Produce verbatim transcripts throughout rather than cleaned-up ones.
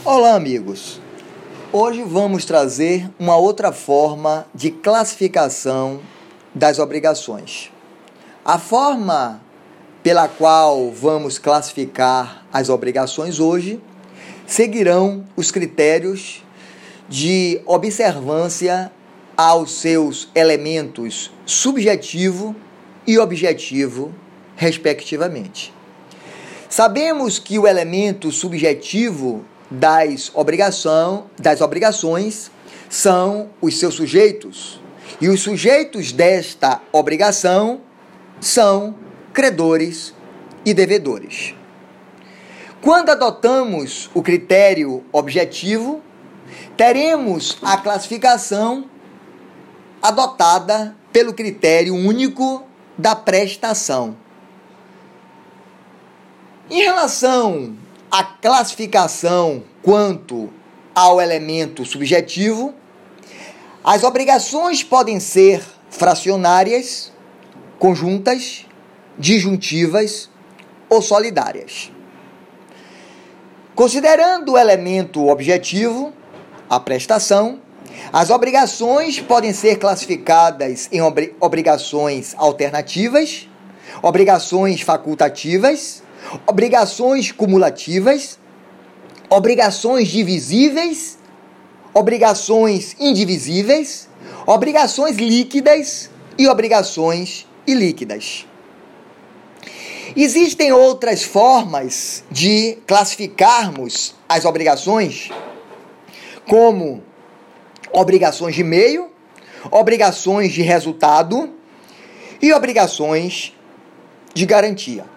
Olá, amigos! Hoje vamos trazer uma outra forma de classificação das obrigações. A forma pela qual vamos classificar as obrigações hoje seguirão os critérios de observância aos seus elementos subjetivo e objetivo, respectivamente. Sabemos que o elemento subjetivo das, obrigação, das obrigações são os seus sujeitos, e os sujeitos desta obrigação são credores e devedores. Quando adotamos o critério objetivo, teremos a classificação adotada pelo critério único da prestação. Em relação à classificação quanto ao elemento subjetivo, as obrigações podem ser fracionárias, conjuntas, disjuntivas ou solidárias. Considerando o elemento objetivo, a prestação, as obrigações podem ser classificadas em obri- obrigações alternativas, obrigações facultativas, obrigações cumulativas, obrigações divisíveis, obrigações indivisíveis, obrigações líquidas e obrigações ilíquidas. Existem outras formas de classificarmos as obrigações, como obrigações de meio, obrigações de resultado e obrigações de garantia.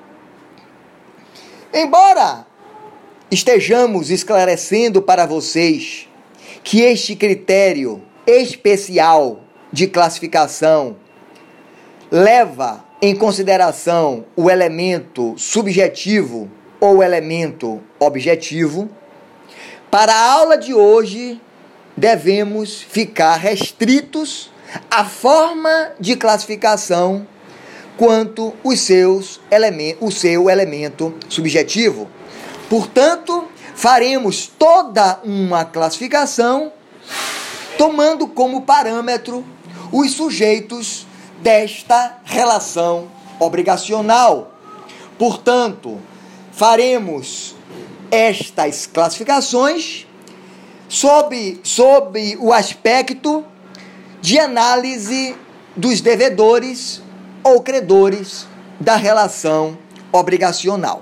Embora estejamos esclarecendo para vocês que este critério especial de classificação leva em consideração o elemento subjetivo ou elemento objetivo, para a aula de hoje devemos ficar restritos à forma de classificação quanto os seus elementos, o seu elemento subjetivo. Portanto, faremos toda uma classificação tomando como parâmetro os sujeitos desta relação obrigacional. Portanto, faremos estas classificações sob, sob o aspecto de análise dos devedores ou credores da relação obrigacional.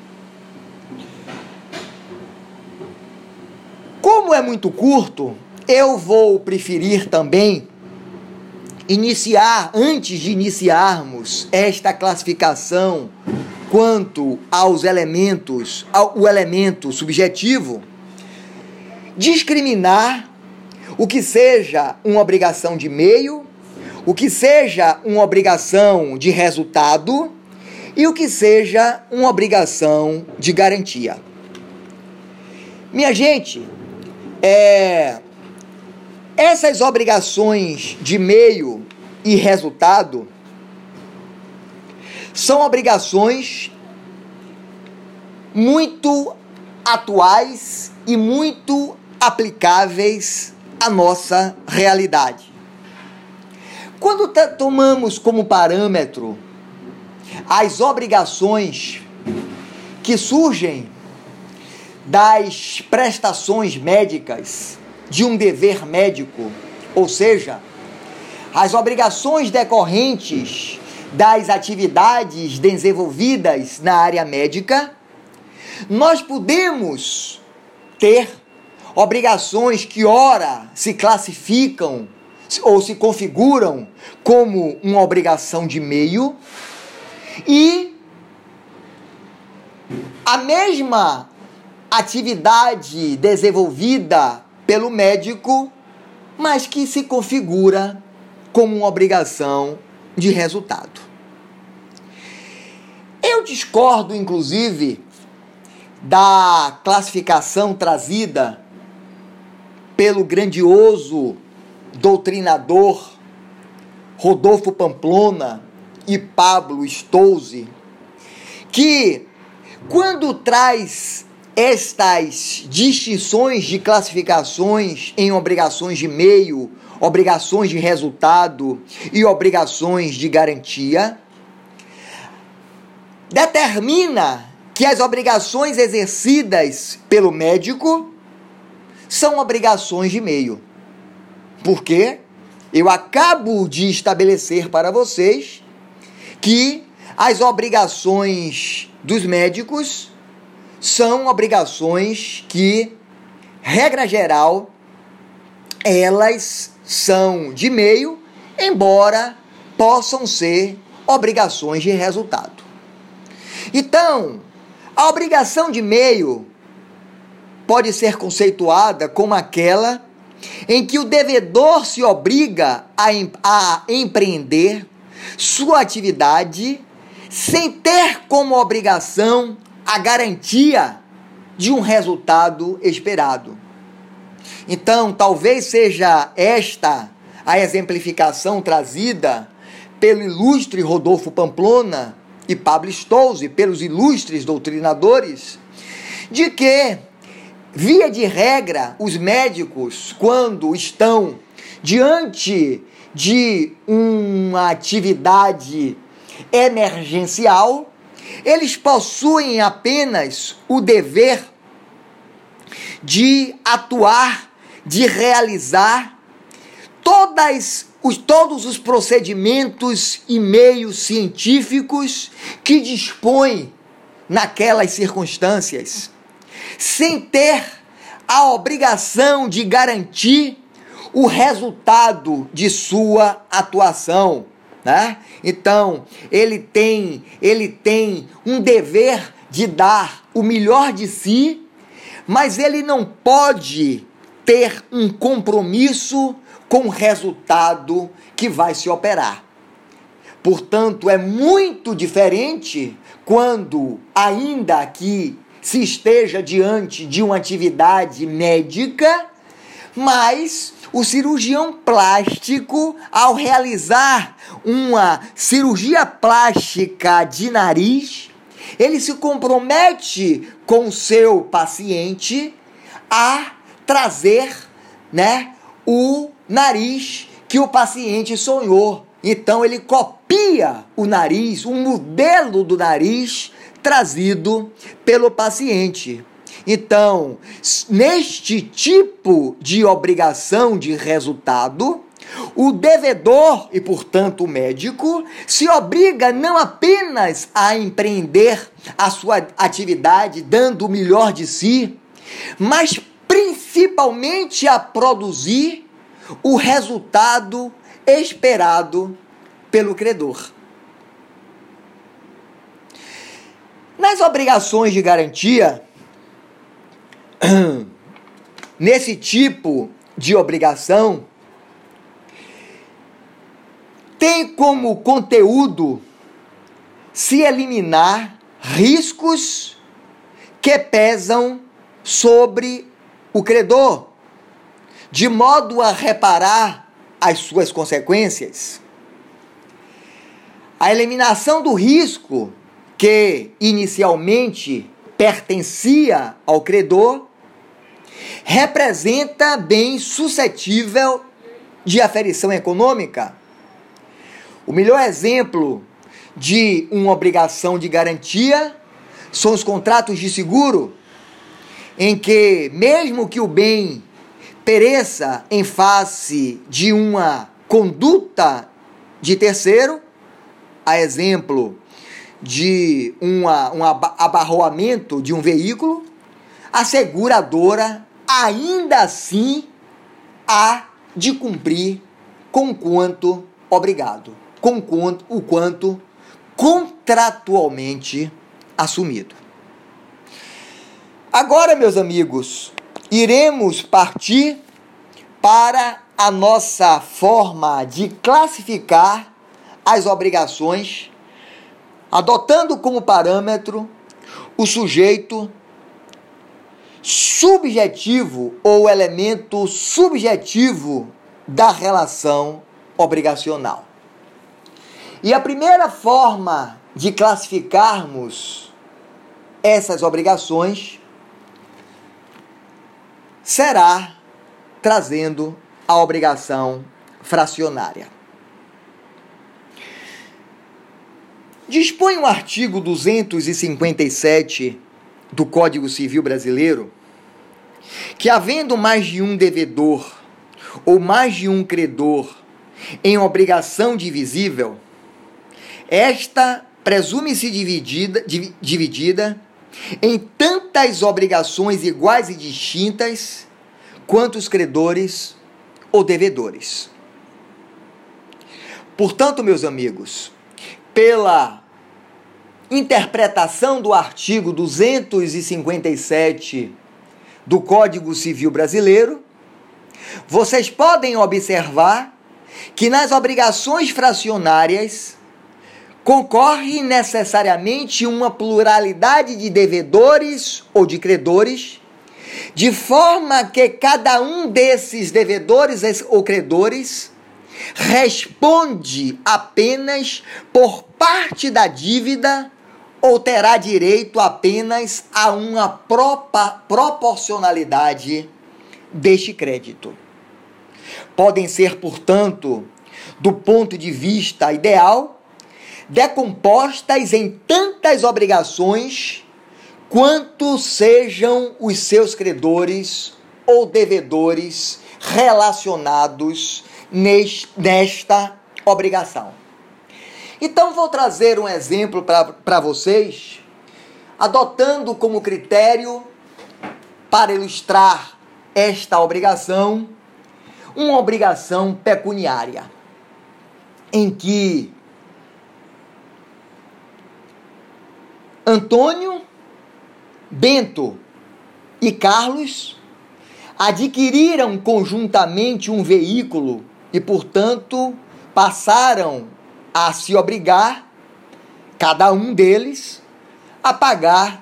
Como é muito curto, eu vou preferir também iniciar, antes de iniciarmos esta classificação quanto aos elementos, ao o elemento subjetivo, discriminar o que seja uma obrigação de meio, o que seja uma obrigação de resultado e o que seja uma obrigação de garantia. Minha gente, é, essas obrigações de meio e resultado são obrigações muito atuais e muito aplicáveis à nossa realidade. Quando t- tomamos como parâmetro as obrigações que surgem das prestações médicas de um dever médico, ou seja, as obrigações decorrentes das atividades desenvolvidas na área médica, nós podemos ter obrigações que ora se classificam ou se configuram como uma obrigação de meio e a mesma atividade desenvolvida pelo médico, mas que se configura como uma obrigação de resultado. Eu discordo, inclusive, da classificação trazida pelo grandioso doutrinador Rodolfo Pamplona e Pablo Stolze, que, quando traz estas distinções de classificações em obrigações de meio, obrigações de resultado e obrigações de garantia, determina que as obrigações exercidas pelo médico são obrigações de meio. Por quê? Eu acabo de estabelecer para vocês que as obrigações dos médicos são obrigações que, regra geral, elas são de meio, embora possam ser obrigações de resultado. Então, a obrigação de meio pode ser conceituada como aquela em que o devedor se obriga a, em, a empreender sua atividade sem ter como obrigação a garantia de um resultado esperado. Então, talvez seja esta a exemplificação trazida pelo ilustre Rodolfo Pamplona e Pablo Stolze, pelos ilustres doutrinadores, de que, via de regra, os médicos, quando estão diante de uma atividade emergencial, eles possuem apenas o dever de atuar, de realizar todas os, todos os procedimentos e meios científicos que dispõem naquelas circunstâncias, sem ter a obrigação de garantir o resultado de sua atuação, né? Então, ele tem, ele tem um dever de dar o melhor de si, mas ele não pode ter um compromisso com o resultado que vai se operar. Portanto, é muito diferente quando, ainda que se esteja diante de uma atividade médica, mas o cirurgião plástico, ao realizar uma cirurgia plástica de nariz, ele se compromete com o seu paciente a trazer, né, o nariz que o paciente sonhou. Então ele copia o nariz, um modelo do nariz trazido pelo paciente. Então, neste tipo de obrigação de resultado, o devedor e, portanto, o médico se obriga não apenas a empreender a sua atividade dando o melhor de si, mas principalmente a produzir o resultado esperado pelo credor. Nas obrigações de garantia, nesse tipo de obrigação, tem como conteúdo se eliminar riscos que pesam sobre o credor, de modo a reparar as suas consequências. A eliminação do risco que inicialmente pertencia ao credor representa bem suscetível de aferição econômica. O melhor exemplo de uma obrigação de garantia são os contratos de seguro, em que, mesmo que o bem pereça em face de uma conduta de terceiro, a exemplo de uma, um abarroamento de um veículo, a seguradora ainda assim há de cumprir com quanto obrigado, com quanto, o quanto contratualmente assumido. Agora, meus amigos, iremos partir para a nossa forma de classificar as obrigações, adotando como parâmetro o sujeito subjetivo ou elemento subjetivo da relação obrigacional. E a primeira forma de classificarmos essas obrigações será trazendo a obrigação fracionária. Dispõe o artigo duzentos e cinquenta e sete do Código Civil Brasileiro que, havendo mais de um devedor ou mais de um credor em obrigação divisível, esta presume-se dividida, dividida em tantas obrigações iguais e distintas quanto os credores ou devedores. Portanto, meus amigos, pela interpretação do artigo duzentos e cinquenta e sete do Código Civil Brasileiro, vocês podem observar que nas obrigações fracionárias concorre necessariamente uma pluralidade de devedores ou de credores, de forma que cada um desses devedores ou credores responde apenas por parte da dívida ou terá direito apenas a uma propa, proporcionalidade deste crédito. Podem ser, portanto, do ponto de vista ideal, decompostas em tantas obrigações quanto sejam os seus credores ou devedores relacionados nesta obrigação. Então, vou trazer um exemplo para vocês, adotando como critério, para ilustrar esta obrigação, uma obrigação pecuniária, em que Antônio, Bento e Carlos adquiriram conjuntamente um veículo e, portanto, passaram a se obrigar, cada um deles, a pagar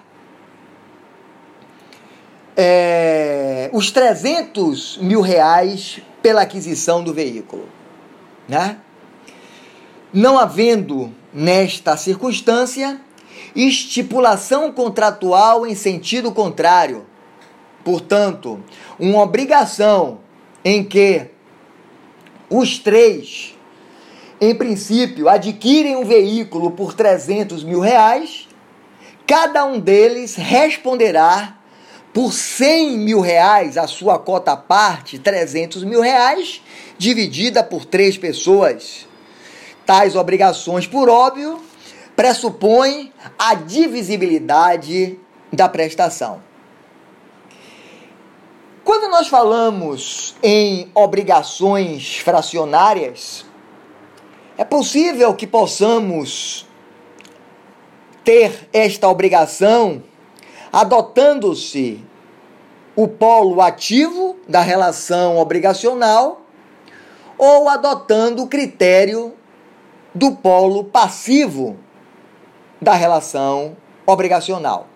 é, os trezentos mil reais pela aquisição do veículo, né? Não havendo, nesta circunstância, estipulação contratual em sentido contrário, portanto, uma obrigação em que os três, em princípio, adquirem um veículo por trezentos mil reais, cada um deles responderá por cem mil reais, a sua cota à parte, trezentos mil reais, dividida por três pessoas. Tais obrigações, por óbvio, pressupõem a divisibilidade da prestação. Quando nós falamos em obrigações fracionárias, é possível que possamos ter esta obrigação adotando-se o polo ativo da relação obrigacional ou adotando o critério do polo passivo da relação obrigacional.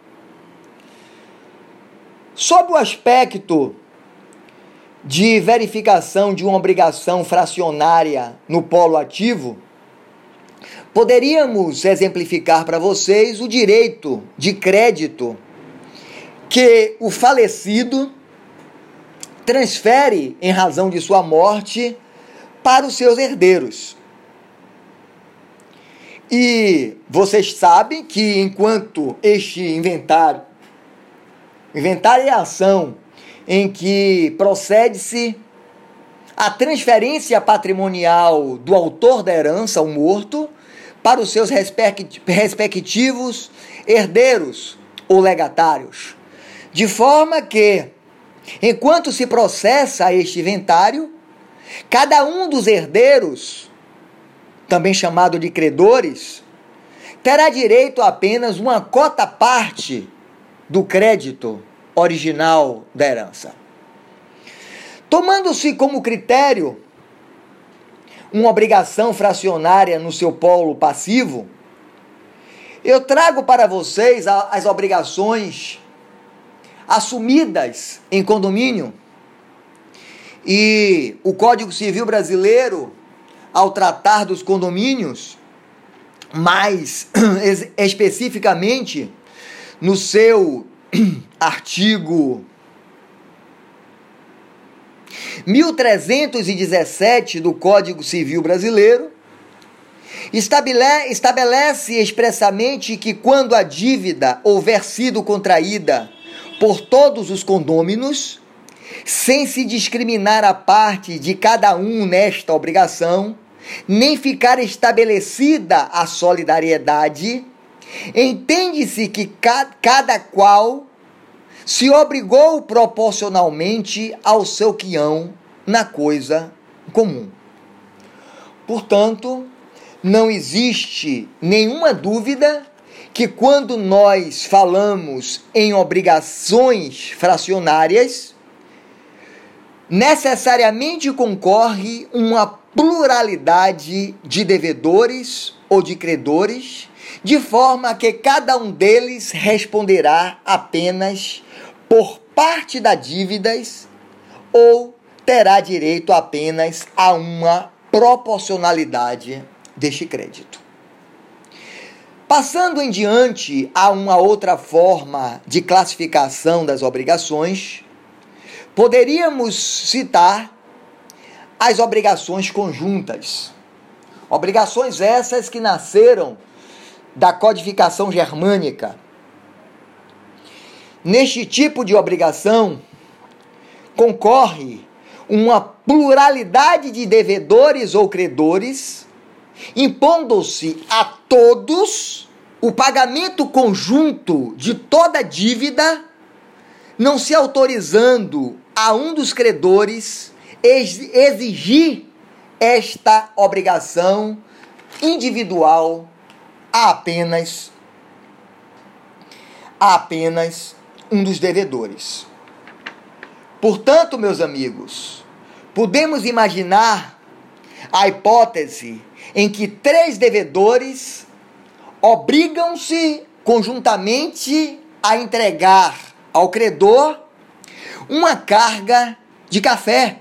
Sob o aspecto de verificação de uma obrigação fracionária no polo ativo, poderíamos exemplificar para vocês o direito de crédito que o falecido transfere em razão de sua morte para os seus herdeiros. E vocês sabem que enquanto este inventário, inventário é a ação em que procede-se a transferência patrimonial do autor da herança, o morto, para os seus respectivos herdeiros ou legatários. De forma que, enquanto se processa este inventário, cada um dos herdeiros, também chamado de credores, terá direito a apenas uma cota parte do crédito original da herança. Tomando-se como critério uma obrigação fracionária no seu polo passivo, eu trago para vocês as obrigações assumidas em condomínio. E o Código Civil Brasileiro, ao tratar dos condomínios, mais especificamente no seu artigo mil trezentos e dezessete do Código Civil Brasileiro, estabelece, estabelece expressamente que quando a dívida houver sido contraída por todos os condôminos, sem se discriminar a parte de cada um nesta obrigação, nem ficar estabelecida a solidariedade, entende-se que ca- cada qual se obrigou proporcionalmente ao seu quião na coisa comum. Portanto, não existe nenhuma dúvida que quando nós falamos em obrigações fracionárias, necessariamente concorre uma pluralidade de devedores ou de credores, de forma que cada um deles responderá apenas por parte das dívidas ou terá direito apenas a uma proporcionalidade deste crédito. Passando em diante a uma outra forma de classificação das obrigações, poderíamos citar as obrigações conjuntas. Obrigações essas que nasceram da codificação germânica. Neste tipo de obrigação, concorre uma pluralidade de devedores ou credores, impondo-se a todos o pagamento conjunto de toda dívida, não se autorizando a um dos credores exigir esta obrigação individual a apenas, a apenas um dos devedores. Portanto, meus amigos, podemos imaginar a hipótese em que três devedores obrigam-se conjuntamente a entregar ao credor uma carga de café.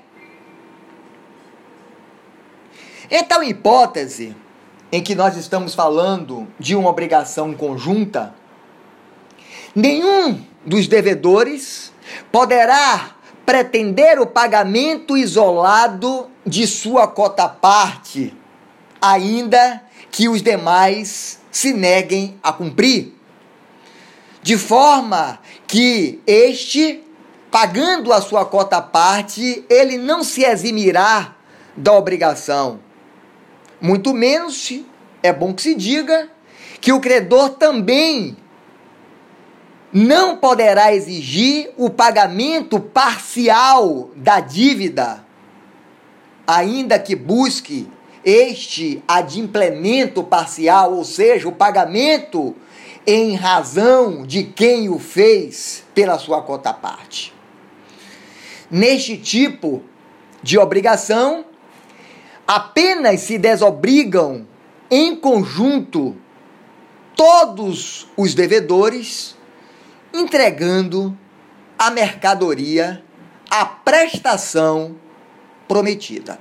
Em tal hipótese, em que nós estamos falando de uma obrigação conjunta, nenhum dos devedores poderá pretender o pagamento isolado de sua cota-parte, ainda que os demais se neguem a cumprir, de forma que este, pagando a sua cota-parte, ele não se eximirá da obrigação. Muito menos, é bom que se diga, que o credor também não poderá exigir o pagamento parcial da dívida, ainda que busque este adimplemento parcial, ou seja, o pagamento em razão de quem o fez pela sua cota-parte. Neste tipo de obrigação, apenas se desobrigam em conjunto todos os devedores, entregando a mercadoria, a prestação prometida.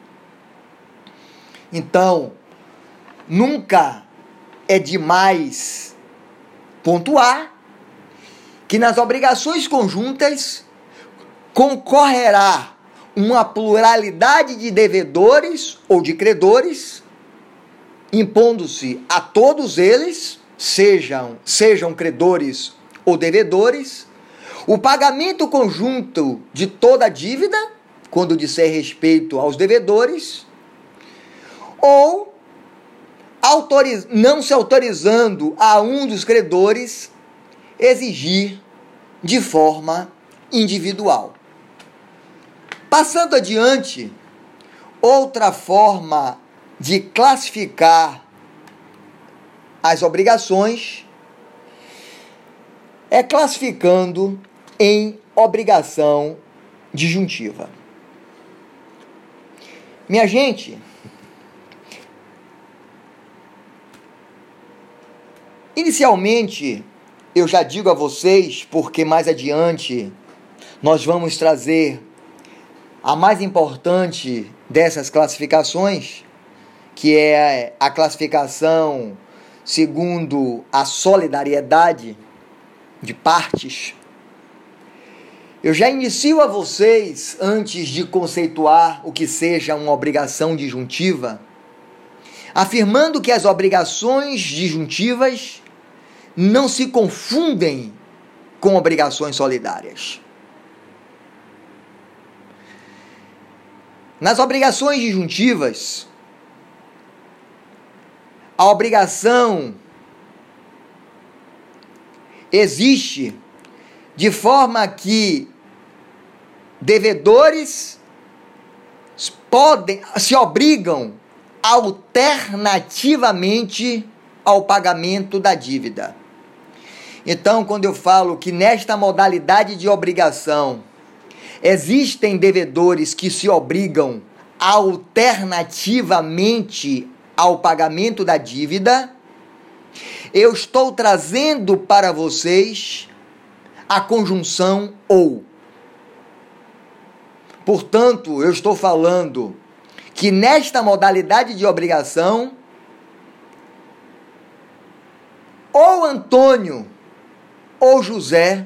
Então, nunca é demais pontuar que nas obrigações conjuntas concorrerá uma pluralidade de devedores ou de credores, impondo-se a todos eles, sejam, sejam credores ou devedores, o pagamento conjunto de toda a dívida, quando disser respeito aos devedores, ou autoriz, não se autorizando a um dos credores exigir de forma individual. Passando adiante, outra forma de classificar as obrigações é classificando em obrigação disjuntiva. Minha gente, inicialmente, eu já digo a vocês, porque mais adiante nós vamos trazer a mais importante dessas classificações, que é a classificação segundo a solidariedade de partes, Eu já inicio a vocês, antes de conceituar o que seja uma obrigação disjuntiva, afirmando que as obrigações disjuntivas não se confundem com obrigações solidárias. Nas obrigações disjuntivas, a obrigação existe de forma que devedores podem, se obrigam alternativamente ao pagamento da dívida. Então, quando eu falo que nesta modalidade de obrigação existem devedores que se obrigam alternativamente ao pagamento da dívida, eu estou trazendo para vocês a conjunção ou. Portanto, eu estou falando que nesta modalidade de obrigação, ou Antônio ou José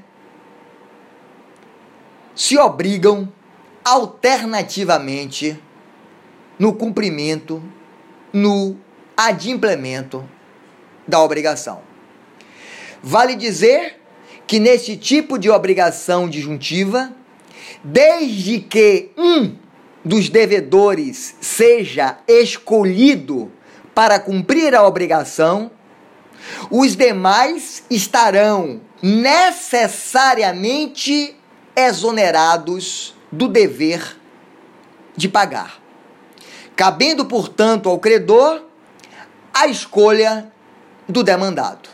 se obrigam alternativamente no cumprimento, no adimplemento da obrigação. Vale dizer que nesse tipo de obrigação disjuntiva, desde que um dos devedores seja escolhido para cumprir a obrigação, os demais estarão necessariamente exonerados do dever de pagar, cabendo, portanto, ao credor a escolha do demandado.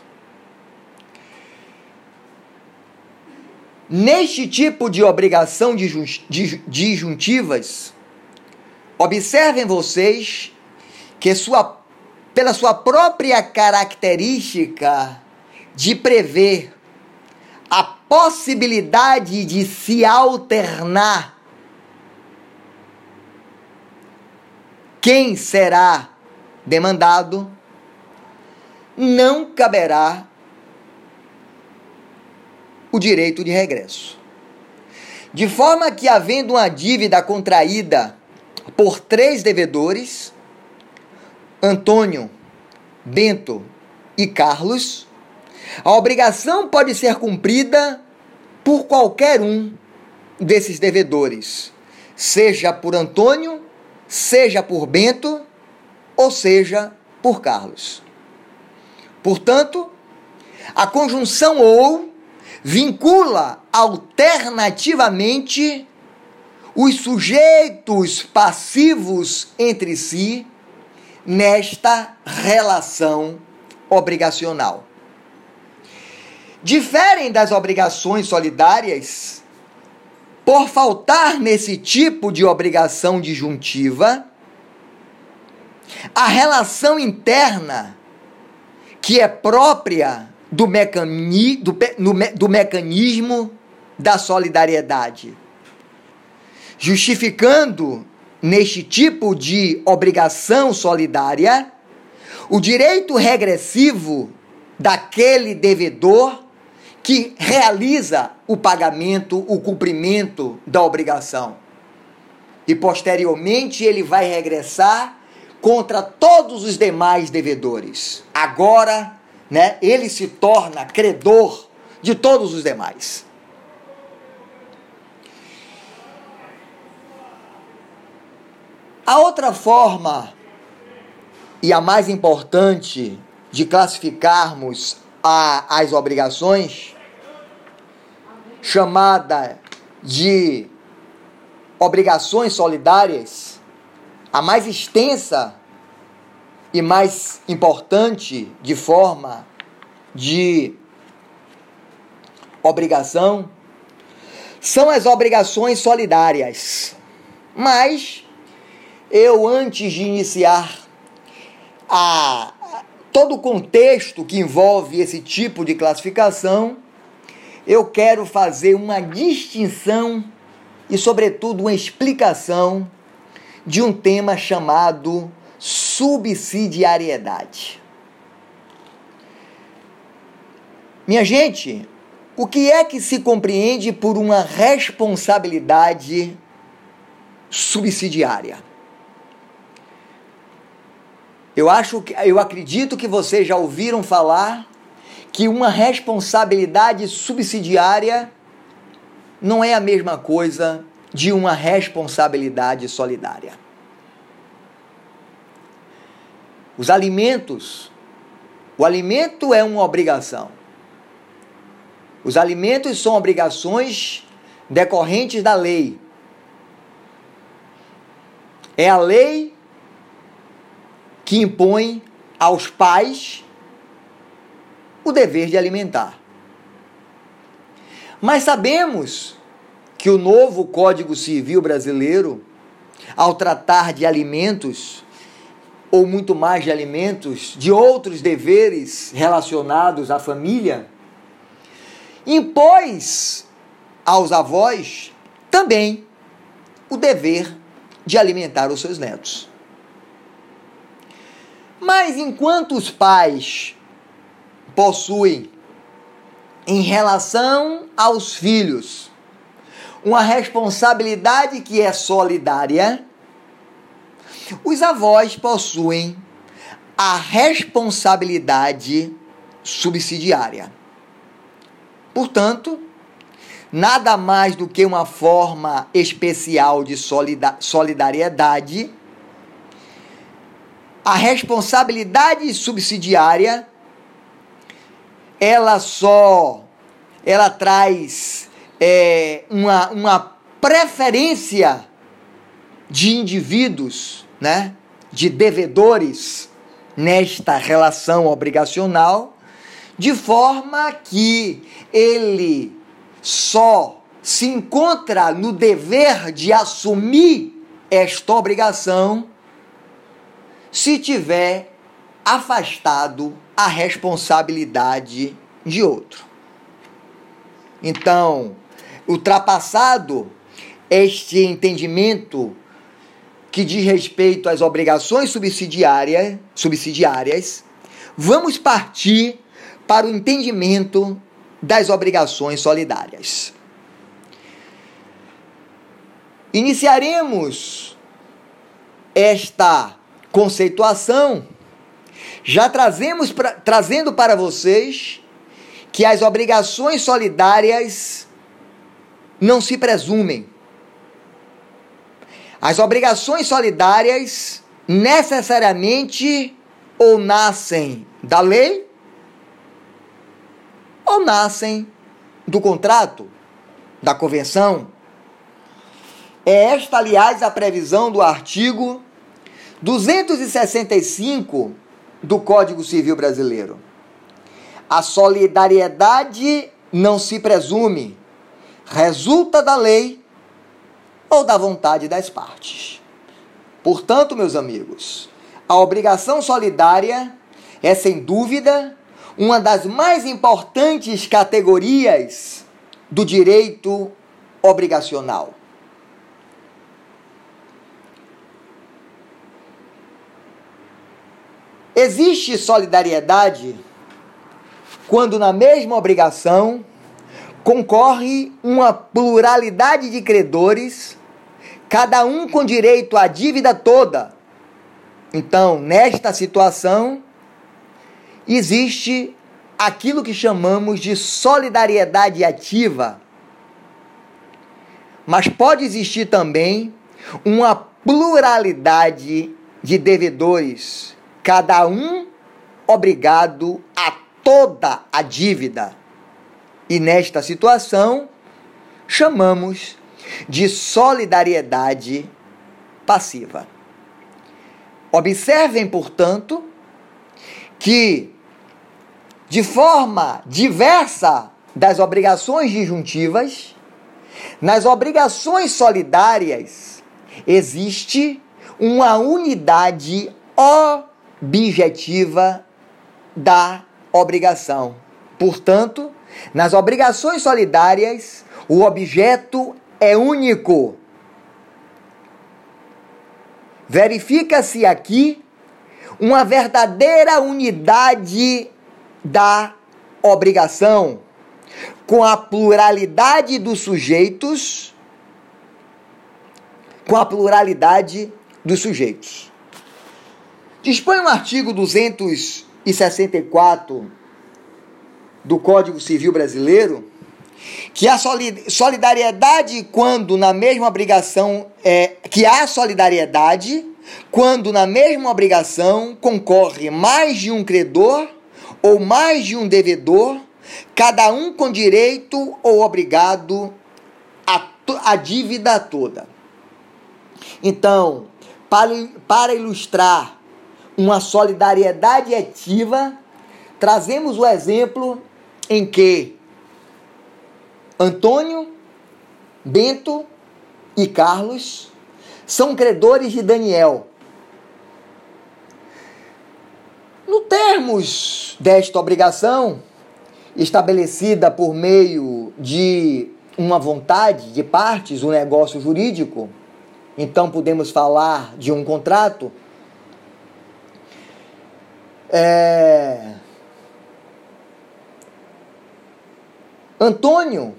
Neste tipo de obrigação disjuntivas, observem vocês que sua, pela sua própria característica de prever a possibilidade de se alternar quem será demandado, não caberá o direito de regresso. De forma que, havendo uma dívida contraída por três devedores, Antônio, Bento e Carlos, a obrigação pode ser cumprida por qualquer um desses devedores, seja por Antônio, seja por Bento, ou seja por Carlos. Portanto, a conjunção ou vincula alternativamente os sujeitos passivos entre si nesta relação obrigacional. Diferem das obrigações solidárias por faltar nesse tipo de obrigação disjuntiva a relação interna que é própria do, mecani, do, no, do mecanismo da solidariedade, justificando neste tipo de obrigação solidária o direito regressivo daquele devedor que realiza o pagamento, o cumprimento da obrigação. E posteriormente ele vai regressar contra todos os demais devedores. Agora, né, ele se torna credor de todos os demais. A outra forma, e a mais importante, de classificarmos a, as obrigações, chamada de obrigações solidárias, a mais extensa e mais importante de forma de obrigação, são as obrigações solidárias. Mas eu, antes de iniciar a, todo o contexto que envolve esse tipo de classificação, eu quero fazer uma distinção e, sobretudo, uma explicação de um tema chamado subsidiariedade. Minha gente, O que é que se compreende por uma responsabilidade subsidiária? Eu acho que, eu acredito que vocês já ouviram falar que uma responsabilidade subsidiária não é a mesma coisa de uma responsabilidade solidária. Os alimentos, o alimento é uma obrigação. Os alimentos são obrigações decorrentes da lei. É a lei que impõe aos pais o dever de alimentar. Mas sabemos que o novo Código Civil brasileiro, ao tratar de alimentos, ou muito mais de alimentos, de outros deveres relacionados à família, impôs aos avós também o dever de alimentar os seus netos. Mas enquanto os pais possuem, em relação aos filhos, uma responsabilidade que é solidária, os avós possuem a responsabilidade subsidiária. Portanto, nada mais do que uma forma especial de solidariedade, a responsabilidade subsidiária, ela só, ela traz é, uma, uma preferência de indivíduos, né, de devedores nesta relação obrigacional, de forma que ele só se encontra no dever de assumir esta obrigação se tiver afastado a responsabilidade de outro. Então, ultrapassado este entendimento que diz respeito às obrigações subsidiárias, subsidiárias, vamos partir para o entendimento das obrigações solidárias. Iniciaremos esta conceituação já trazemos pra, trazendo para vocês que as obrigações solidárias não se presumem. As obrigações solidárias necessariamente ou nascem da lei ou nascem do contrato, da convenção. É esta, aliás, a previsão do artigo duzentos e sessenta e cinco do Código Civil Brasileiro. A solidariedade não se presume, resulta da lei ou da vontade das partes. Portanto, meus amigos, a obrigação solidária é, sem dúvida, uma das mais importantes categorias do direito obrigacional. Existe solidariedade quando na mesma obrigação concorre uma pluralidade de credores, cada um com direito à dívida toda. Então, nesta situação, existe aquilo que chamamos de solidariedade ativa. Mas pode existir também uma pluralidade de devedores, cada um obrigado a toda a dívida. E nesta situação, chamamos de solidariedade passiva. Observem, portanto, que, de forma diversa das obrigações disjuntivas, nas obrigações solidárias existe uma unidade objetiva da obrigação. Portanto, nas obrigações solidárias, o objeto é único. Verifica-se aqui uma verdadeira unidade da obrigação, com a pluralidade dos sujeitos, com a pluralidade dos sujeitos. Dispõe o artigo duzentos e sessenta e quatro do Código Civil Brasileiro que a solidariedade quando na mesma obrigação é que há solidariedade quando na mesma obrigação concorre mais de um credor ou mais de um devedor, cada um com direito ou obrigado a, a dívida toda. Então, para, para ilustrar uma solidariedade ativa, trazemos o exemplo em que Antônio, Bento e Carlos são credores de Daniel. No termos desta obrigação, estabelecida por meio de uma vontade de partes, um negócio jurídico, então podemos falar de um contrato, é... Antônio,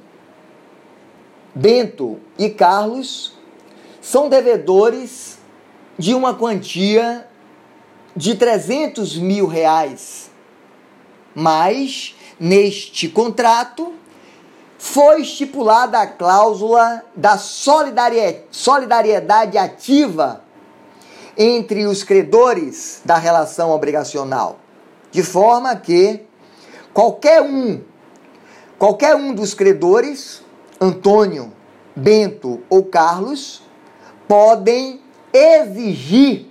Bento e Carlos são devedores de uma quantia de trezentos mil reais, mas neste contrato foi estipulada a cláusula da solidariedade ativa entre os credores da relação obrigacional, de forma que qualquer um, qualquer um dos credores, Antônio, Bento ou Carlos, podem exigir,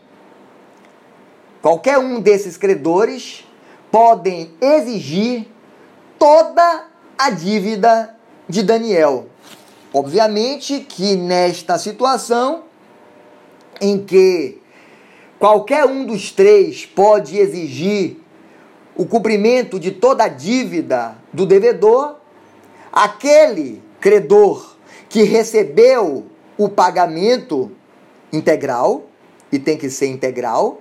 qualquer um desses credores podem exigir toda a dívida de Daniel. Obviamente que nesta situação em que qualquer um dos três pode exigir o cumprimento de toda a dívida do devedor, aquele credor que recebeu o pagamento integral, e tem que ser integral,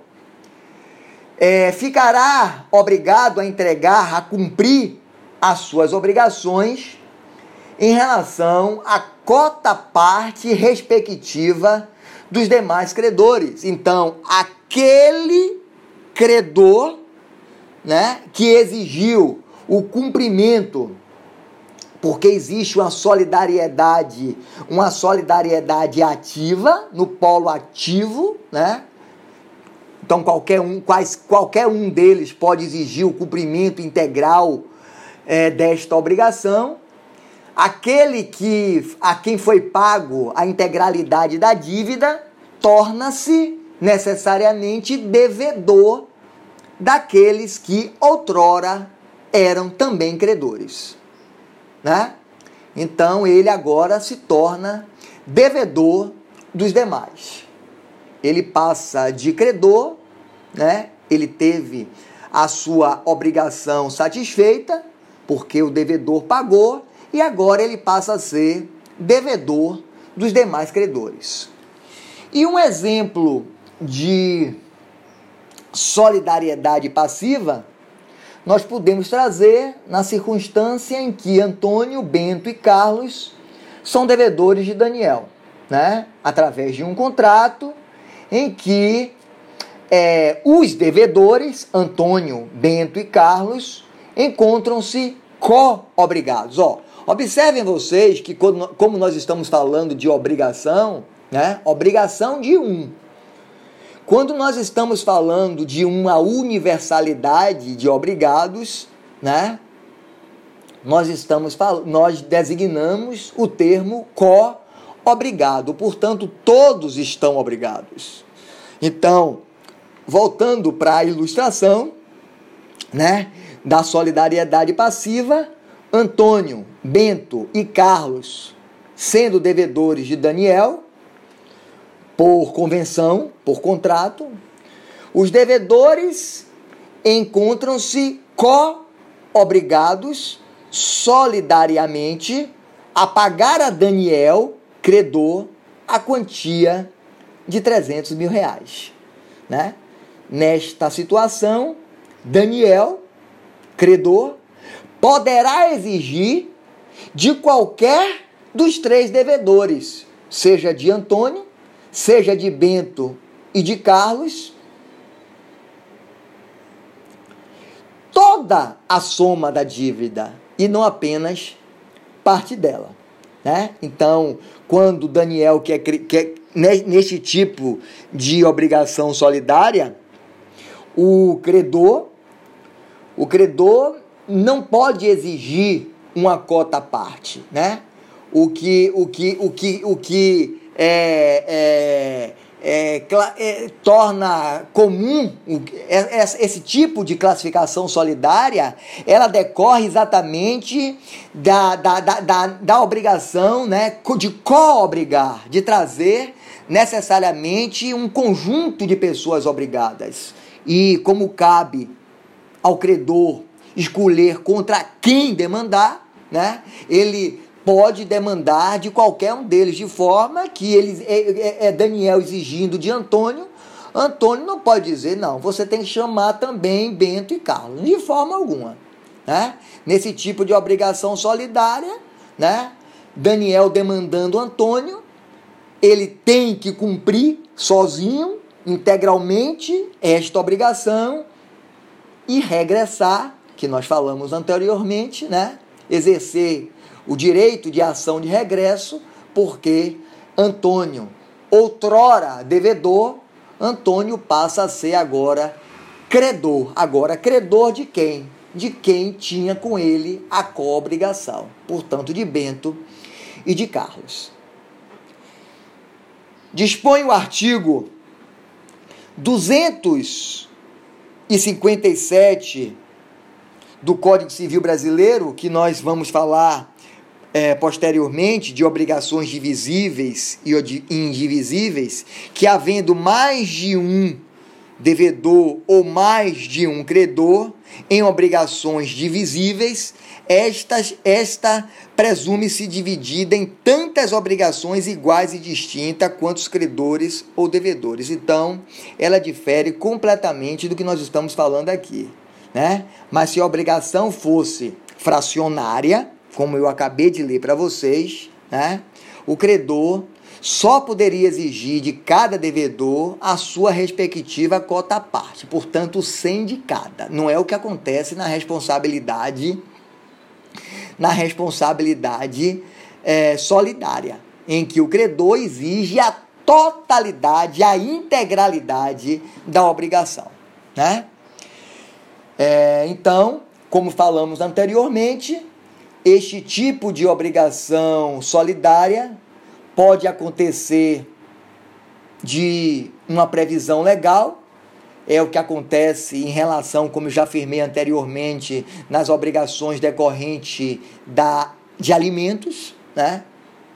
é, ficará obrigado a entregar, a cumprir as suas obrigações em relação à cota-parte respectiva dos demais credores. Então, aquele credor, né, que exigiu o cumprimento, porque existe uma solidariedade, uma solidariedade ativa, no polo ativo, né? Então, qualquer um, quais, qualquer um deles pode exigir o cumprimento integral é, desta obrigação. Aquele que, a quem foi pago a integralidade da dívida torna-se necessariamente devedor daqueles que outrora eram também credores, né? Então ele agora se torna devedor dos demais. Ele passa de credor, né? Ele teve a sua obrigação satisfeita, porque o devedor pagou, e agora ele passa a ser devedor dos demais credores. E um exemplo de solidariedade passiva nós podemos trazer na circunstância em que Antônio, Bento e Carlos são devedores de Daniel, né? Através de um contrato em que é, os devedores, Antônio, Bento e Carlos, encontram-se co-obrigados. Ó, observem vocês que quando, como nós estamos falando de obrigação, né? Obrigação de um. Quando nós estamos falando de uma universalidade de obrigados, né? Nós estamos nós designamos o termo co-obrigado, portanto, todos estão obrigados. Então, voltando para a ilustração, né, da solidariedade passiva, Antônio, Bento e Carlos, sendo devedores de Daniel, por convenção, por contrato, os devedores encontram-se co-obrigados solidariamente a pagar a Daniel, credor, a quantia de trezentos mil reais, né? Nesta situação, Daniel, credor, poderá exigir de qualquer dos três devedores, seja de Antônio, seja de Bento e de Carlos, toda a soma da dívida e não apenas parte dela, né? Então, quando Daniel quer, quer neste tipo de obrigação solidária, o credor, o credor não pode exigir uma cota à parte, né? O que, o que, o que, o que é, é, é, é, torna comum esse tipo de classificação solidária, ela decorre exatamente da, da, da, da, da obrigação, né, de co-obrigar, de trazer necessariamente um conjunto de pessoas obrigadas. E como cabe ao credor escolher contra quem demandar, né, ele pode demandar de qualquer um deles, de forma que ele, é, é Daniel exigindo de Antônio, Antônio não pode dizer, não, você tem que chamar também Bento e Carlos, de forma alguma, né? Nesse tipo de obrigação solidária, né, Daniel demandando Antônio, ele tem que cumprir sozinho, integralmente, esta obrigação e regressar, que nós falamos anteriormente, né, exercer o direito de ação de regresso, porque Antônio, outrora devedor, Antônio passa a ser agora credor. Agora, credor de quem? De quem tinha com ele a co-obrigação, portanto, de Bento e de Carlos. Dispõe o artigo duzentos e cinquenta e sete do Código Civil Brasileiro, que nós vamos falar É, posteriormente, de obrigações divisíveis e indivisíveis, que havendo mais de um devedor ou mais de um credor em obrigações divisíveis, esta, esta presume-se dividida em tantas obrigações iguais e distintas quanto os credores ou devedores. Então, ela difere completamente do que nós estamos falando aqui, né? Mas se a obrigação fosse fracionária, como eu acabei de ler para vocês, né, o credor só poderia exigir de cada devedor a sua respectiva cota à parte, portanto, cem de cada. Não é o que acontece na responsabilidade, na responsabilidade é, solidária, em que o credor exige a totalidade, a integralidade da obrigação, né? É, então, como falamos anteriormente, este tipo de obrigação solidária pode acontecer de uma previsão legal, é o que acontece em relação, como eu já afirmei anteriormente, nas obrigações decorrentes da, de alimentos, né?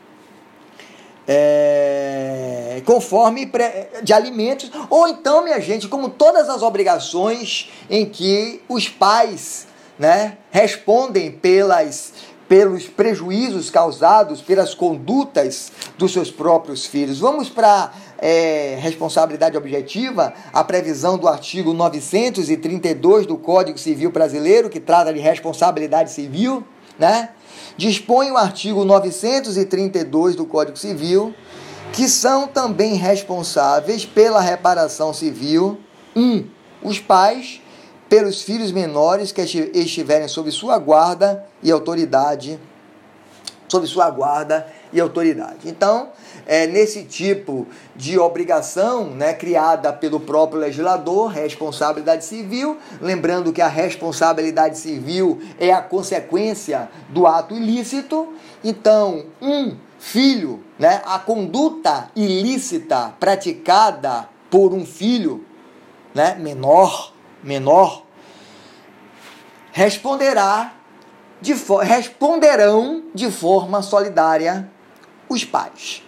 É, conforme pre, de alimentos, ou então, minha gente, como todas as obrigações em que os pais, né, respondem pelas, pelos prejuízos causados pelas condutas dos seus próprios filhos. Vamos para é, responsabilidade objetiva, a previsão do artigo novecentos e trinta e dois do Código Civil Brasileiro, que trata de responsabilidade civil, né? Dispõe o artigo novecentos e trinta e dois do Código Civil, que são também responsáveis pela reparação civil, um, os pais, pelos filhos menores que estiverem sob sua guarda e autoridade, sob sua guarda e autoridade. Então, é, nesse tipo de obrigação, né, criada pelo próprio legislador, responsabilidade civil, lembrando que a responsabilidade civil é a consequência do ato ilícito, então, um filho, né, a conduta ilícita praticada por um filho, né, menor, menor, responderá de fo- responderão de forma solidária os pais.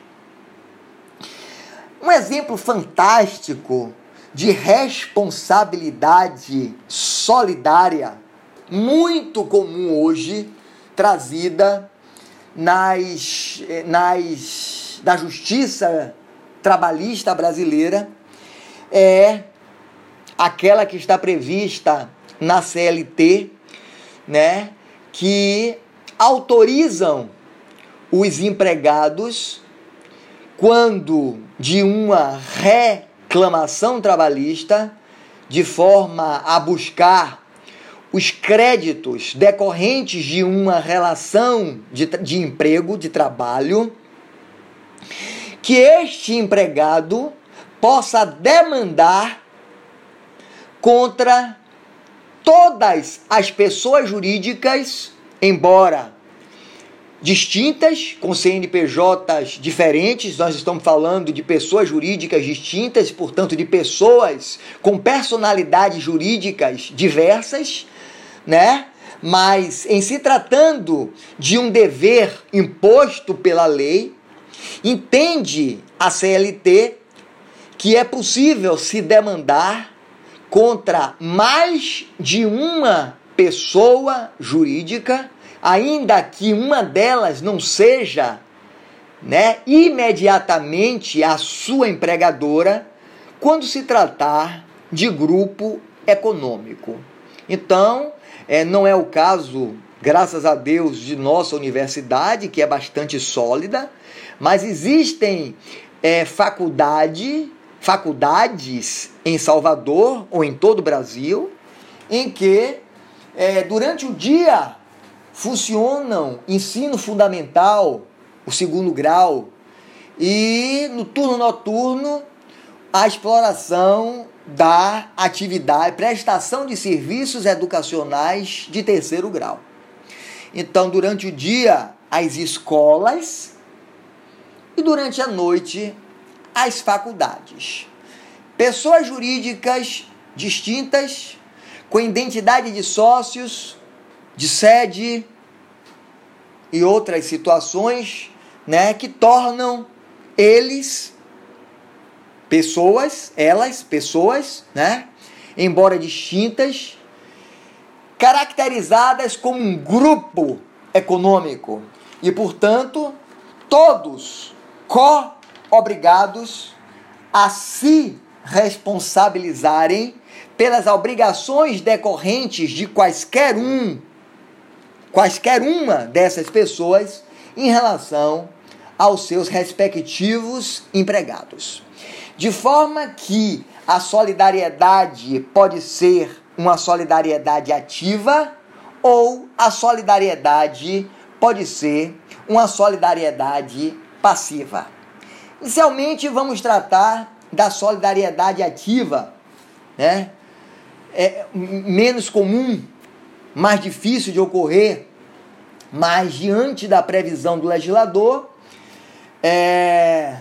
Um exemplo fantástico de responsabilidade solidária, muito comum hoje, trazida nas, nas, na justiça trabalhista brasileira, é aquela que está prevista na C L T, né, que autorizam os empregados, quando de uma reclamação trabalhista, de forma a buscar os créditos decorrentes de uma relação de, de emprego, de trabalho, que este empregado possa demandar contra todas as pessoas jurídicas, embora distintas, com C N P Js diferentes. Nós estamos falando de pessoas jurídicas distintas, portanto, de pessoas com personalidades jurídicas diversas, né? Mas, em se tratando de um dever imposto pela lei, entende a C L T que é possível se demandar contra mais de uma pessoa jurídica, ainda que uma delas não seja, né, imediatamente a sua empregadora, quando se tratar de grupo econômico. Então, é, não é o caso, graças a Deus, de nossa universidade, que é bastante sólida, mas existem é, faculdade, faculdades em Salvador ou em todo o Brasil, em que, é, durante o dia, funcionam ensino fundamental, o segundo grau, e no turno noturno a exploração da atividade, prestação de serviços educacionais de terceiro grau. Então, durante o dia, as escolas e durante a noite, as faculdades. Pessoas jurídicas distintas, com identidade de sócios, de sede e outras situações, né, que tornam eles pessoas, elas, pessoas, né, embora distintas, caracterizadas como um grupo econômico e, portanto, todos co-obrigados a se responsabilizarem pelas obrigações decorrentes de quaisquer um, quaisquer uma dessas pessoas em relação aos seus respectivos empregados. De forma que a solidariedade pode ser uma solidariedade ativa ou a solidariedade pode ser uma solidariedade passiva. Inicialmente, vamos tratar da solidariedade ativa, né? É menos comum, mais difícil de ocorrer, mas diante da previsão do legislador, é,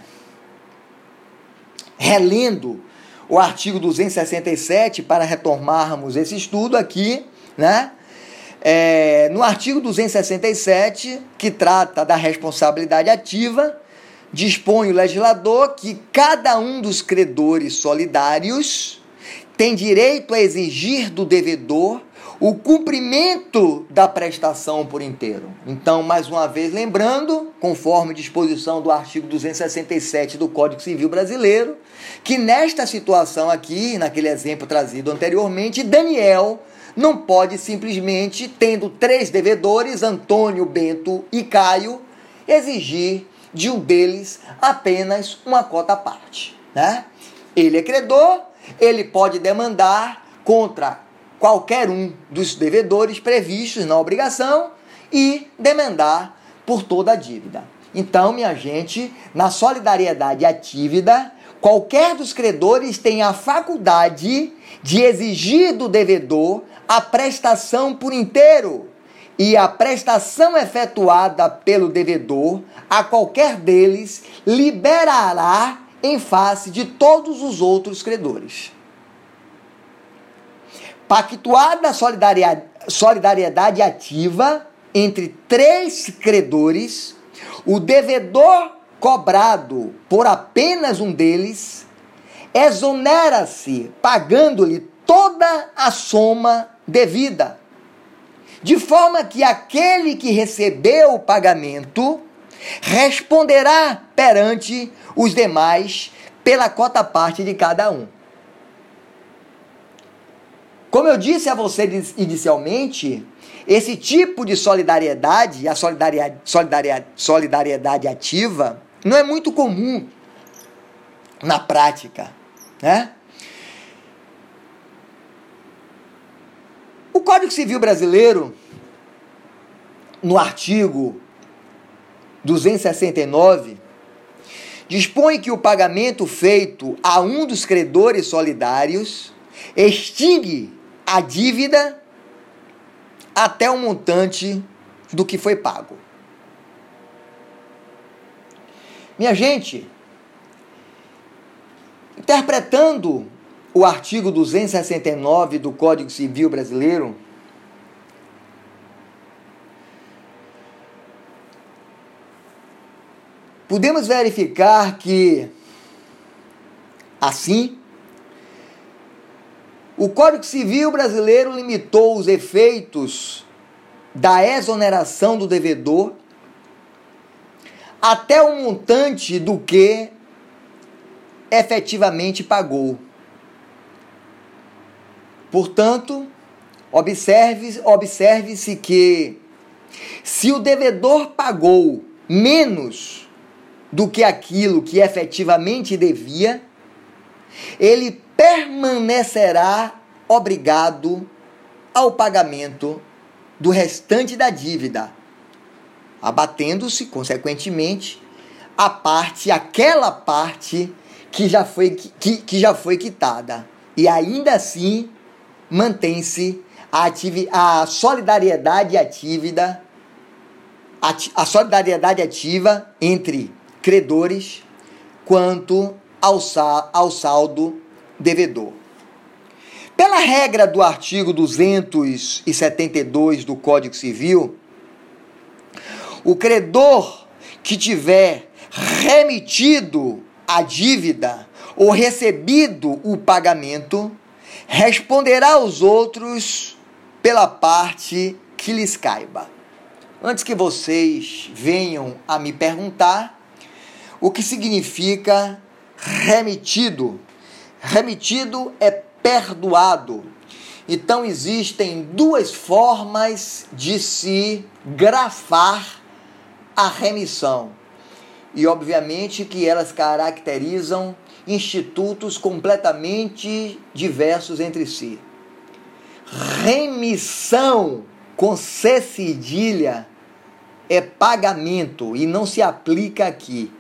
relendo o artigo duzentos e sessenta e sete, para retomarmos esse estudo aqui, né? É, no artigo duzentos e sessenta e sete, que trata da responsabilidade ativa, dispõe o legislador que cada um dos credores solidários tem direito a exigir do devedor o cumprimento da prestação por inteiro. Então, mais uma vez, lembrando, conforme disposição do artigo duzentos e sessenta e sete do Código Civil Brasileiro, que nesta situação aqui, naquele exemplo trazido anteriormente, Daniel não pode simplesmente, tendo três devedores, Antônio, Bento e Caio, exigir de um deles apenas uma cota à parte, né? Ele é credor, ele pode demandar contra qualquer um dos devedores previstos na obrigação e demandar por toda a dívida. Então, minha gente, na solidariedade ativa, qualquer dos credores tem a faculdade de exigir do devedor a prestação por inteiro, e a prestação efetuada pelo devedor a qualquer deles liberará em face de todos os outros credores. Pactuada a solidariedade ativa entre três credores, o devedor cobrado por apenas um deles exonera-se pagando-lhe toda a soma devida, de forma que aquele que recebeu o pagamento responderá perante os demais pela cota parte de cada um. Como eu disse a você inicialmente, Esse tipo de solidariedade, a solidariedade, solidariedade, solidariedade ativa, não é muito comum na prática, né? O Código Civil Brasileiro, no artigo duzentos e sessenta e nove, dispõe que o pagamento feito a um dos credores solidários extingue a dívida até o montante do que foi pago. Minha gente, interpretando o artigo duzentos e sessenta e nove do Código Civil Brasileiro, podemos verificar que, assim, o Código Civil Brasileiro limitou os efeitos da exoneração do devedor até o montante do que efetivamente pagou. Portanto, observe, observe-se que, se o devedor pagou menos do que aquilo que efetivamente devia, ele permanecerá obrigado ao pagamento do restante da dívida, abatendo-se, consequentemente, a parte, aquela parte que já foi, que, que já foi quitada. E ainda assim, mantém-se a, ativi, a solidariedade ativa, a, a solidariedade ativa entre credores quanto ao, ao saldo devedor. Pela regra do artigo duzentos e setenta e dois do Código Civil, o credor que tiver remitido a dívida ou recebido o pagamento responderá aos outros pela parte que lhes caiba. Antes que vocês venham a me perguntar o que significa remitido. Remitido é perdoado. Então existem duas formas de se grafar a remissão. E obviamente que elas caracterizam institutos completamente diversos entre si. Remissão com C cedilha é pagamento e não se aplica aqui.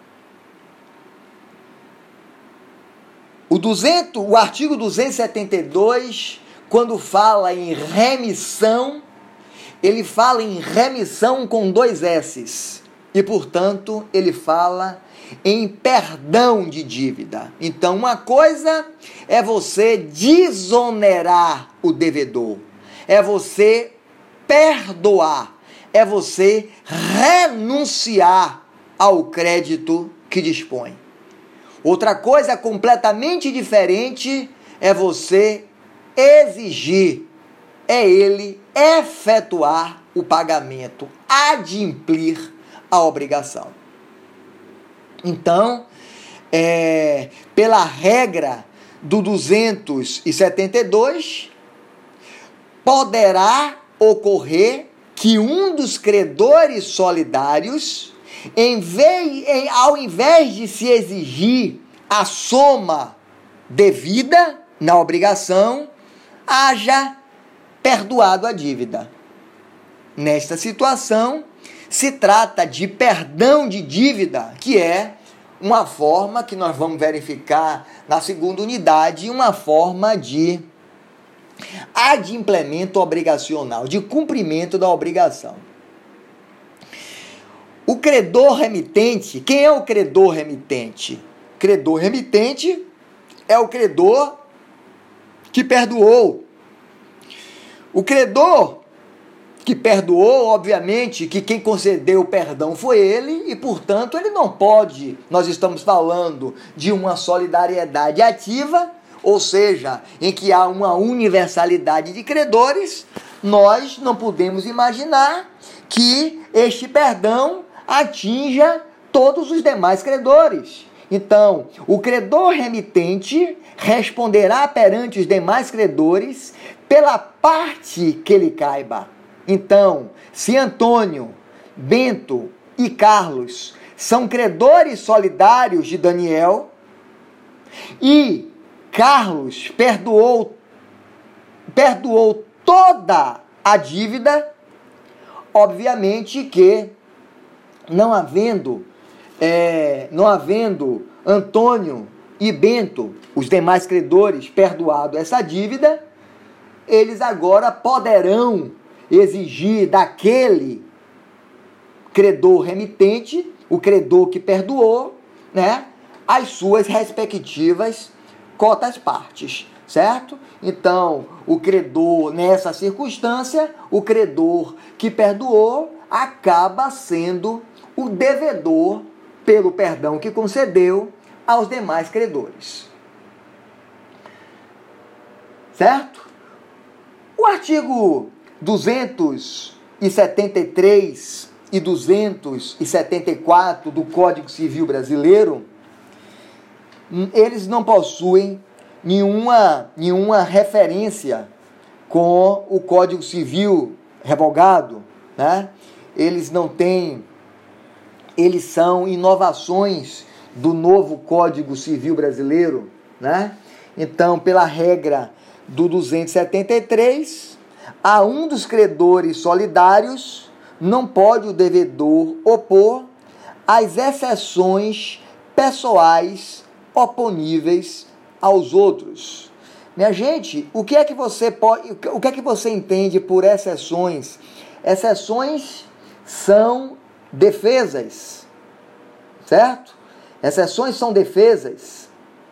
O, duzentos, o artigo duzentos e setenta e dois, quando fala em remissão, ele fala em remissão com dois S's. E, portanto, ele fala em perdão de dívida. Então, uma coisa é você desonerar o devedor, é você perdoar, é você renunciar ao crédito que dispõe. Outra coisa completamente diferente é você exigir, é ele efetuar o pagamento, adimplir a obrigação. Então, é, pela regra do duzentos e setenta e dois, poderá ocorrer que um dos credores solidários, em vez, em, ao invés de se exigir a soma devida na obrigação, haja perdoado a dívida. Nesta situação, se trata de perdão de dívida, que é uma forma que nós vamos verificar na segunda unidade, uma forma de adimplemento obrigacional, de cumprimento da obrigação. O credor remitente, quem é o credor remitente? Credor remitente é o credor que perdoou. O credor que perdoou, obviamente, que quem concedeu o perdão foi ele e, portanto, ele não pode, nós estamos falando de uma solidariedade ativa, ou seja, em que há uma universalidade de credores, nós não podemos imaginar que este perdão atinja todos os demais credores. Então, o credor remitente responderá perante os demais credores pela parte que lhe caiba. Então, se Antônio, Bento e Carlos são credores solidários de Daniel e Carlos perdoou, perdoou toda a dívida, obviamente que não havendo, é, não havendo Antônio e Bento, os demais credores, perdoado essa dívida, eles agora poderão exigir daquele credor remitente, o credor que perdoou, né, as suas respectivas cotas partes, certo? Então, o credor, nessa circunstância, o credor que perdoou acaba sendo o devedor pelo perdão que concedeu aos demais credores. Certo? O artigo duzentos e setenta e três e duzentos e setenta e quatro do Código Civil Brasileiro, eles não possuem nenhuma, nenhuma referência com o Código Civil revogado, né? Eles não têm, eles são inovações do novo Código Civil Brasileiro, né? Então, pela regra do duzentos e setenta e três, a um dos credores solidários não pode o devedor opor as exceções pessoais oponíveis aos outros. Minha gente, o que é que você pode, o que é que você entende por exceções? Exceções são defesas, certo? Exceções são defesas.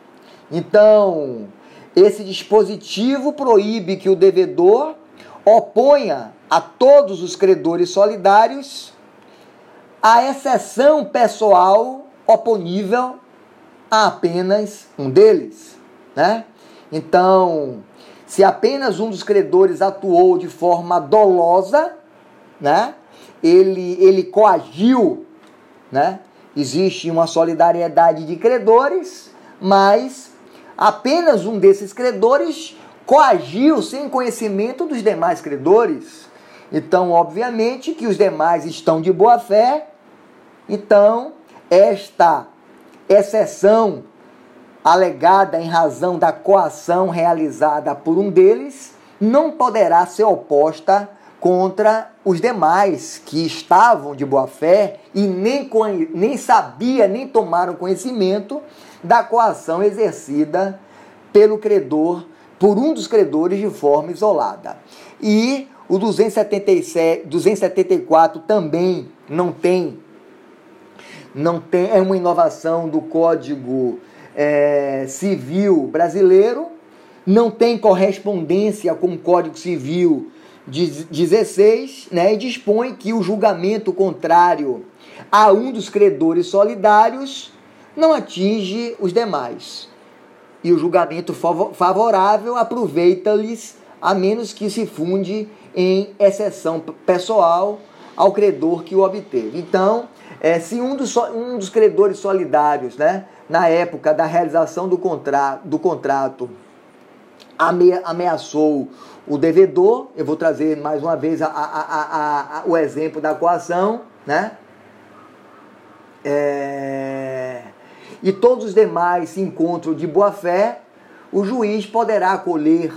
Então, esse dispositivo proíbe que o devedor oponha a todos os credores solidários a exceção pessoal oponível a apenas um deles, né? Então, se apenas um dos credores atuou de forma dolosa, né? Ele, ele coagiu, né? Existe uma solidariedade de credores, mas apenas um desses credores coagiu sem conhecimento dos demais credores. Então, obviamente, que os demais estão de boa fé. Então, esta exceção alegada em razão da coação realizada por um deles não poderá ser oposta contra os demais que estavam de boa fé e nem, nem sabia, nem tomaram conhecimento da coação exercida pelo credor, por um dos credores de forma isolada. E o duzentos e setenta e sete, duzentos e setenta e quatro também não tem, não tem, é uma inovação do Código é, Civil Brasileiro, não tem correspondência com o Código Civil dezesseis, né, e dispõe que o julgamento contrário a um dos credores solidários não atinge os demais. E o julgamento favorável aproveita-lhes, a menos que se funde em exceção pessoal ao credor que o obteve. Então, é, se um dos, um dos credores solidários, né, na época da realização do, contra, do contrato, ame, ameaçou o devedor, eu vou trazer mais uma vez a, a, a, a, o exemplo da coação, né? É... e todos os demais se encontram de boa fé, o juiz poderá acolher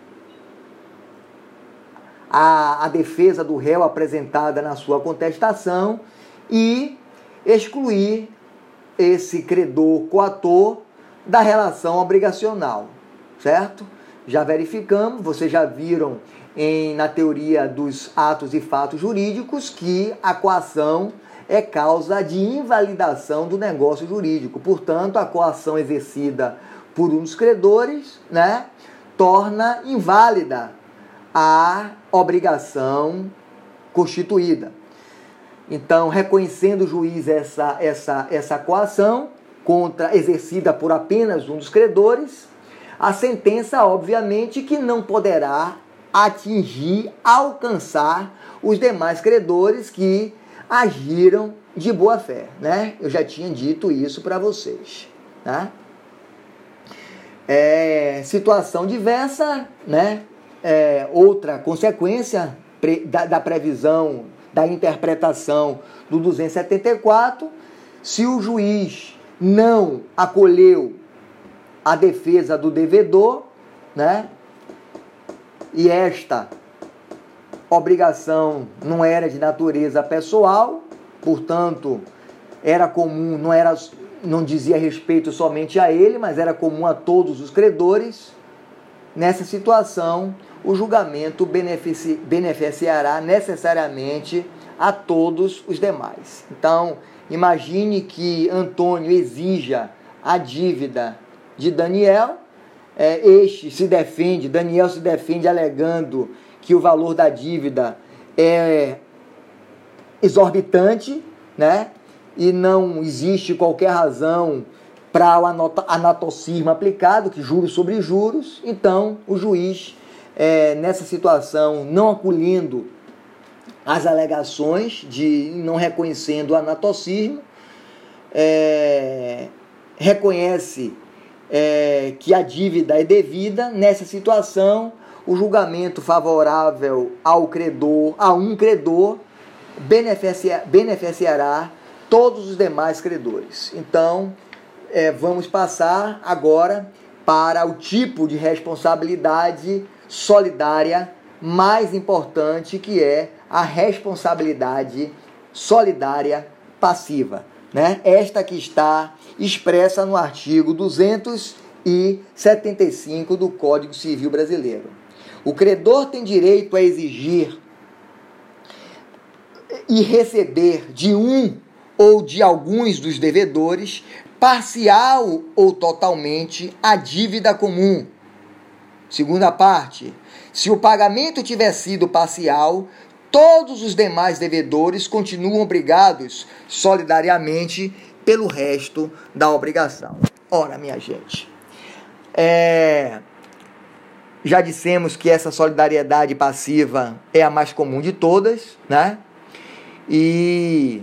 a, a defesa do réu apresentada na sua contestação e excluir esse credor coator da relação obrigacional, certo? Já verificamos, vocês já viram em, na teoria dos atos e fatos jurídicos que a coação é causa de invalidação do negócio jurídico. Portanto, a coação exercida por um dos credores, né, torna inválida a obrigação constituída. Então, reconhecendo o juiz essa, essa, essa coação contra, exercida por apenas um dos credores, a sentença, obviamente, que não poderá atingir, alcançar os demais credores que agiram de boa fé, né? Eu já tinha dito isso para vocês, tá? É, situação diversa, né? É, outra consequência da, da previsão, da interpretação do duzentos e setenta e quatro, se o juiz não acolheu a defesa do devedor, né? E esta obrigação não era de natureza pessoal, portanto, era comum, não era, não dizia respeito somente a ele, mas era comum a todos os credores. Nessa situação, o julgamento benefici, beneficiará necessariamente a todos os demais. Então, imagine que Antônio exija a dívida de Daniel, é, este se defende, Daniel se defende alegando que o valor da dívida é exorbitante, né? E não existe qualquer razão para o anatocismo aplicado, que juros sobre juros. Então, o juiz, é, nessa situação, não acolhendo as alegações, de não reconhecendo o anatocismo, é, reconhece é, que a dívida é devida. Nessa situação, o julgamento favorável ao credor, a um credor, beneficia, beneficiará todos os demais credores. Então, é, vamos passar agora para o tipo de responsabilidade solidária mais importante, que é a responsabilidade solidária passiva, né? Esta que está expressa no artigo duzentos e setenta e cinco do Código Civil Brasileiro. O credor tem direito a exigir e receber de um ou de alguns dos devedores, parcial ou totalmente, a dívida comum. Segunda parte, se o pagamento tiver sido parcial, todos os demais devedores continuam obrigados solidariamente pelo resto da obrigação. Ora, minha gente, é... já dissemos que essa solidariedade passiva é a mais comum de todas, né? E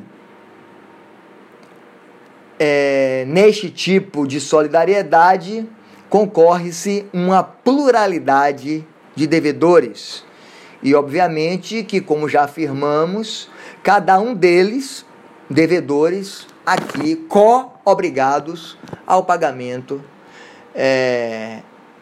é, neste tipo de solidariedade concorre-se uma pluralidade de devedores. E, obviamente, que, como já afirmamos, cada um deles, devedores, aqui, co-obrigados ao pagamento, é,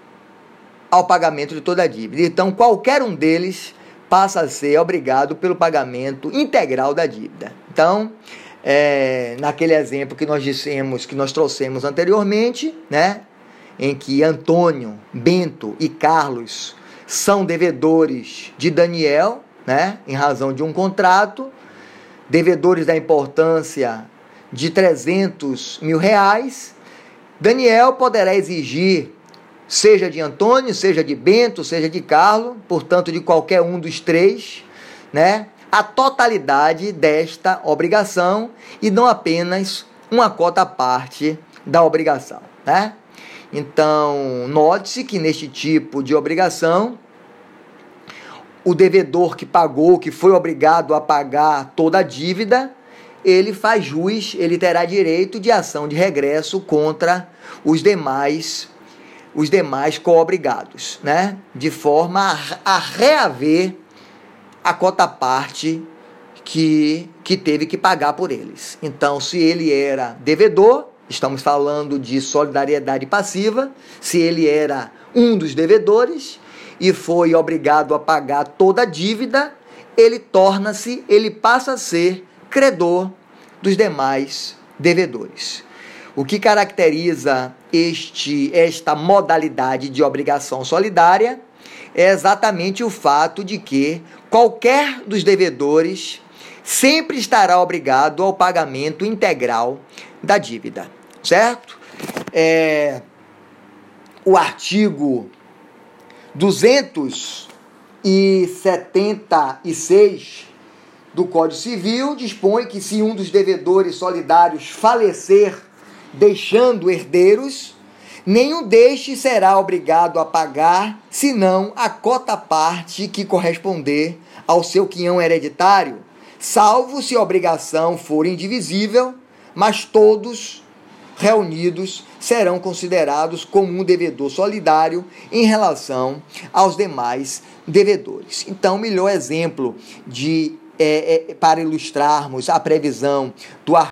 ao pagamento de toda a dívida. Então, qualquer um deles passa a ser obrigado pelo pagamento integral da dívida. Então, é, naquele exemplo que nós dissemos, que nós trouxemos anteriormente, né, em que Antônio, Bento e Carlos são devedores de Daniel, né, em razão de um contrato, devedores da importância de trezentos mil reais, Daniel poderá exigir, seja de Antônio, seja de Bento, seja de Carlos, portanto de qualquer um dos três, né, a totalidade desta obrigação e não apenas uma cota à parte da obrigação, né? Então, note-se que neste tipo de obrigação, o devedor que pagou, que foi obrigado a pagar toda a dívida, ele faz jus, ele terá direito de ação de regresso contra os demais, os demais co-obrigados, né? De forma a, a reaver a cota à parte que, que teve que pagar por eles. Então, se ele era devedor, estamos falando de solidariedade passiva, se ele era um dos devedores e foi obrigado a pagar toda a dívida, ele torna-se, ele passa a ser credor dos demais devedores. O que caracteriza este, esta modalidade de obrigação solidária é exatamente o fato de que qualquer dos devedores sempre estará obrigado ao pagamento integral da dívida, certo? É, o artigo duzentos e setenta e seis do Código Civil dispõe que, se um dos devedores solidários falecer deixando herdeiros, nenhum destes será obrigado a pagar, senão a cota parte que corresponder ao seu quinhão hereditário, salvo se a obrigação for indivisível, mas todos reunidos serão considerados como um devedor solidário em relação aos demais devedores. Então, o melhor exemplo de, é, é, para ilustrarmos a previsão do artigo